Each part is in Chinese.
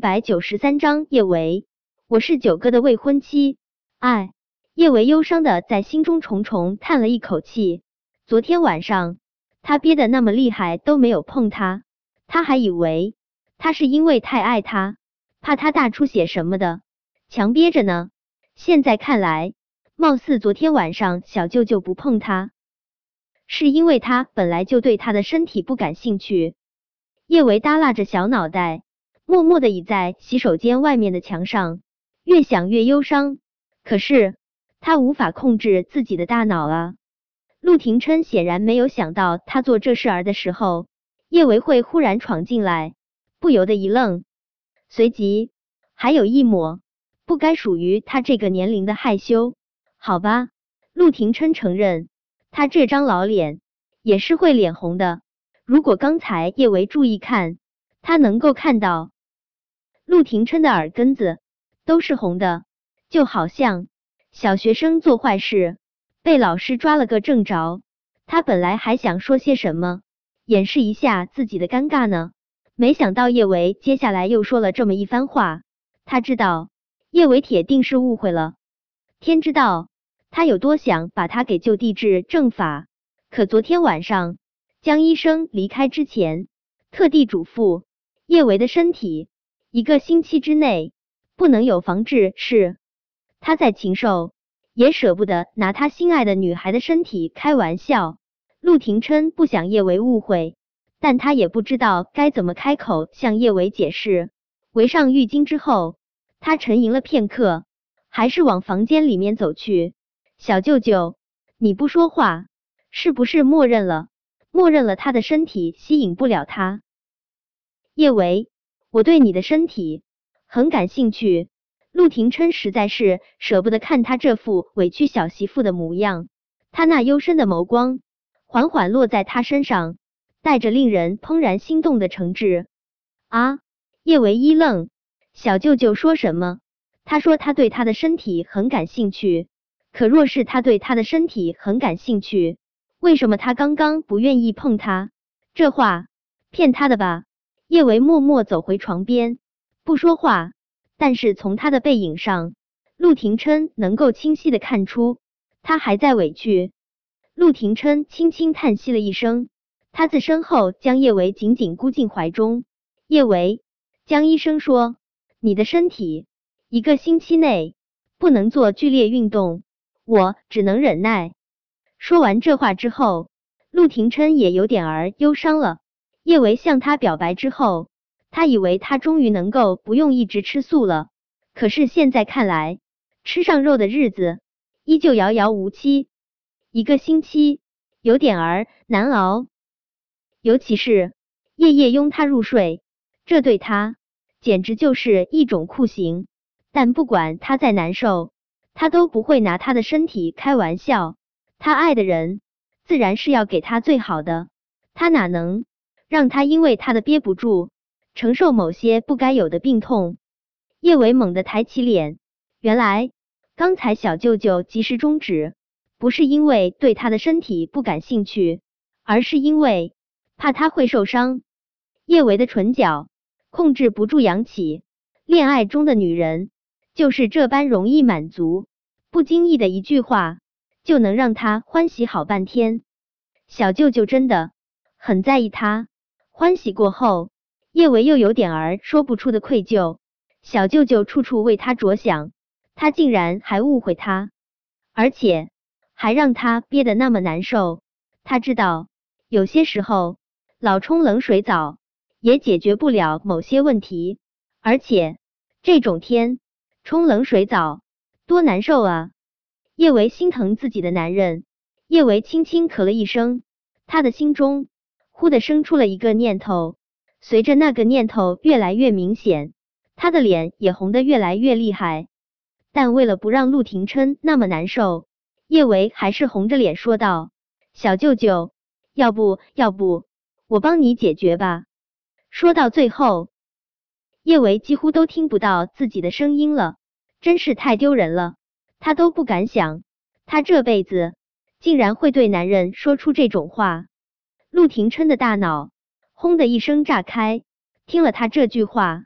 193章叶维，我是九哥的未婚妻。哎，叶维忧伤的在心中重重叹了一口气。昨天晚上他憋得那么厉害都没有碰他，他还以为他是因为太爱他，怕他大出血什么的，强憋着呢。现在看来，貌似昨天晚上小舅舅不碰他，是因为他本来就对他的身体不感兴趣。叶维耷拉着小脑袋，默默地倚在洗手间外面的墙上，越想越忧伤。可是他无法控制自己的大脑啊。陆廷琛显然没有想到他做这事儿的时候，叶维会忽然闯进来，不由得一愣，随即还有一抹不该属于他这个年龄的害羞。好吧，陆廷琛承认，他这张老脸也是会脸红的。如果刚才叶维注意看，他能够看到陆廷琛的耳根子都是红的，就好像小学生做坏事被老师抓了个正着。他本来还想说些什么掩饰一下自己的尴尬呢，没想到叶维接下来又说了这么一番话。他知道叶维铁定是误会了，天知道他有多想把他给就地治正法。可昨天晚上江医生离开之前特地嘱咐叶维的身体1个星期之内不能有防治室，他再禽兽也舍不得拿他心爱的女孩的身体开玩笑。陆廷琛不想叶维误会，但他也不知道该怎么开口向叶维解释。围上浴巾之后，他沉吟了片刻，还是往房间里面走去。小舅舅，你不说话，是不是默认了他的身体吸引不了他？叶维，我对你的身体很感兴趣。陆廷琛实在是舍不得看他这副委屈小媳妇的模样，他那幽深的眸光缓缓落在他身上，带着令人怦然心动的诚挚。啊！叶维一愣，小舅舅说什么？他说他对他的身体很感兴趣，可若是他对他的身体很感兴趣，为什么他刚刚不愿意碰他？这话骗他的吧？叶维默默走回床边，不说话，但是从他的背影上，陆廷琛能够清晰的看出他还在委屈。陆廷琛轻轻叹息了一声，他自身后将叶维紧紧箍进怀中。叶维，江医生说你的身体1个星期内不能做剧烈运动，我只能忍耐。说完这话之后，陆廷琛也有点儿忧伤了。叶维向他表白之后，他以为他终于能够不用一直吃素了，可是现在看来，吃上肉的日子依旧遥遥无期。1个星期有点儿难熬，尤其是夜夜拥他入睡，这对他简直就是一种酷刑。但不管他再难受，他都不会拿他的身体开玩笑。他爱的人自然是要给他最好的，他哪能让他因为他的憋不住承受某些不该有的病痛？叶维猛地抬起脸，原来刚才小舅舅及时终止，不是因为对他的身体不感兴趣，而是因为怕他会受伤。叶维的唇角控制不住扬起，恋爱中的女人就是这般容易满足，不经意的一句话就能让他欢喜好半天。小舅舅真的很在意他。欢喜过后，叶维又有点儿说不出的愧疚。小舅舅处处为他着想，他竟然还误会他，而且还让他憋得那么难受。他知道有些时候老冲冷水澡也解决不了某些问题，而且这种天冲冷水澡多难受啊。叶维心疼自己的男人，叶维轻轻咳了一声，他的心中忽地生出了一个念头，随着那个念头越来越明显，他的脸也红得越来越厉害。但为了不让陆廷琛那么难受，叶维还是红着脸说道：小舅舅，要不我帮你解决吧。说到最后，叶维几乎都听不到自己的声音了，真是太丢人了。他都不敢想，他这辈子竟然会对男人说出这种话。陆廷琛的大脑轰的一声炸开，听了他这句话，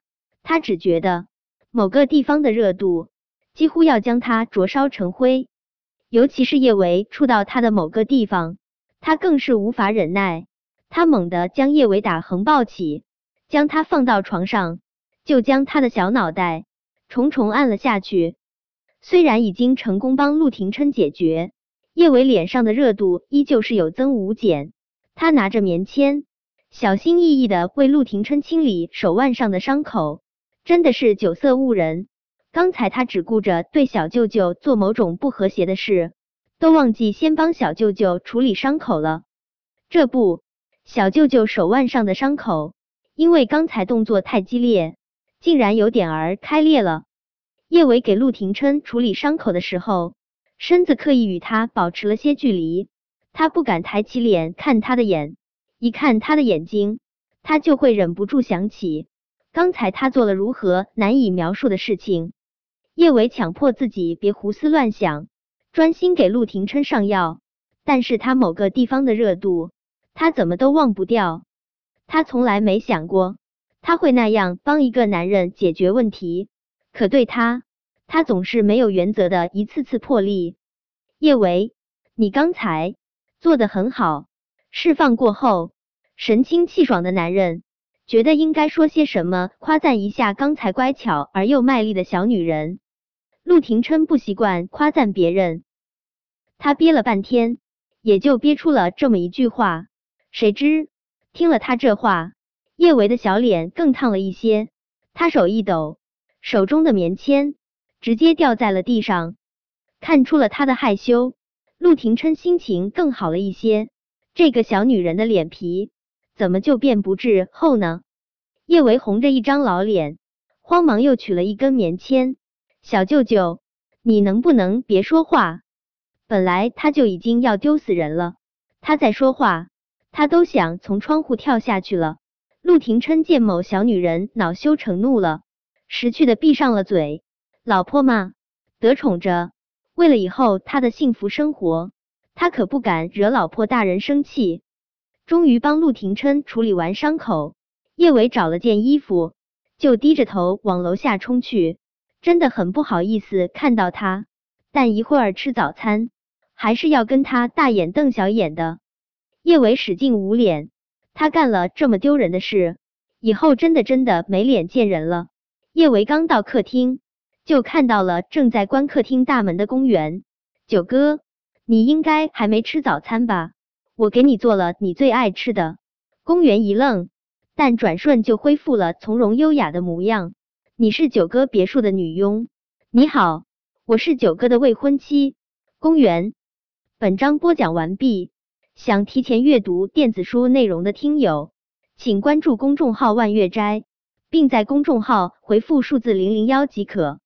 他只觉得某个地方的热度几乎要将他灼烧成灰，尤其是叶维触到他的某个地方，他更是无法忍耐。他猛地将叶维打横抱起，将他放到床上，就将他的小脑袋重重按了下去。虽然已经成功帮陆廷琛解决，叶维脸上的热度依旧是有增无减。他拿着棉签，小心翼翼地为陆廷琛清理手腕上的伤口，真的是酒色误人。刚才他只顾着对小舅舅做某种不和谐的事，都忘记先帮小舅舅处理伤口了。这不，小舅舅手腕上的伤口因为刚才动作太激烈，竟然有点儿开裂了。叶维给陆廷琛处理伤口的时候，身子刻意与他保持了些距离，他不敢抬起脸看他的眼，一看他的眼睛，他就会忍不住想起刚才他做了如何难以描述的事情。叶维强迫自己别胡思乱想，专心给陆廷琛上药，但是他某个地方的热度，他怎么都忘不掉。他从来没想过他会那样帮一个男人解决问题，可对他总是没有原则的一次次破例。叶维，你刚才做得很好。释放过后，神清气爽的男人觉得应该说些什么夸赞一下刚才乖巧而又卖力的小女人。陆廷琛不习惯夸赞别人，他憋了半天，也就憋出了这么一句话。谁知听了他这话，叶维的小脸更烫了一些，他手一抖，手中的棉签直接掉在了地上。看出了他的害羞，陆廷琛心情更好了一些。这个小女人的脸皮怎么就变不至厚呢？叶维红着一张老脸，慌忙又取了一根棉签。小舅舅，你能不能别说话？本来他就已经要丢死人了，他再说话，他都想从窗户跳下去了。陆廷琛见某小女人恼羞成怒了，识趣的闭上了嘴。老婆嘛，得宠着，为了以后他的幸福生活，他可不敢惹老婆大人生气。终于帮陆廷琛处理完伤口，叶维找了件衣服，就低着头往楼下冲去。真的很不好意思看到他，但一会儿吃早餐，还是要跟他大眼瞪小眼的。叶维使劲捂脸，他干了这么丢人的事，以后真的没脸见人了。叶维刚到客厅，就看到了正在关客厅大门的公园。九哥，你应该还没吃早餐吧？我给你做了你最爱吃的。公园一愣，但转瞬就恢复了从容优雅的模样。你是九哥别墅的女佣？你好，我是九哥的未婚妻。公园。本章播讲完毕。想提前阅读电子书内容的听友，请关注公众号万月斋，并在公众号回复数字001即可。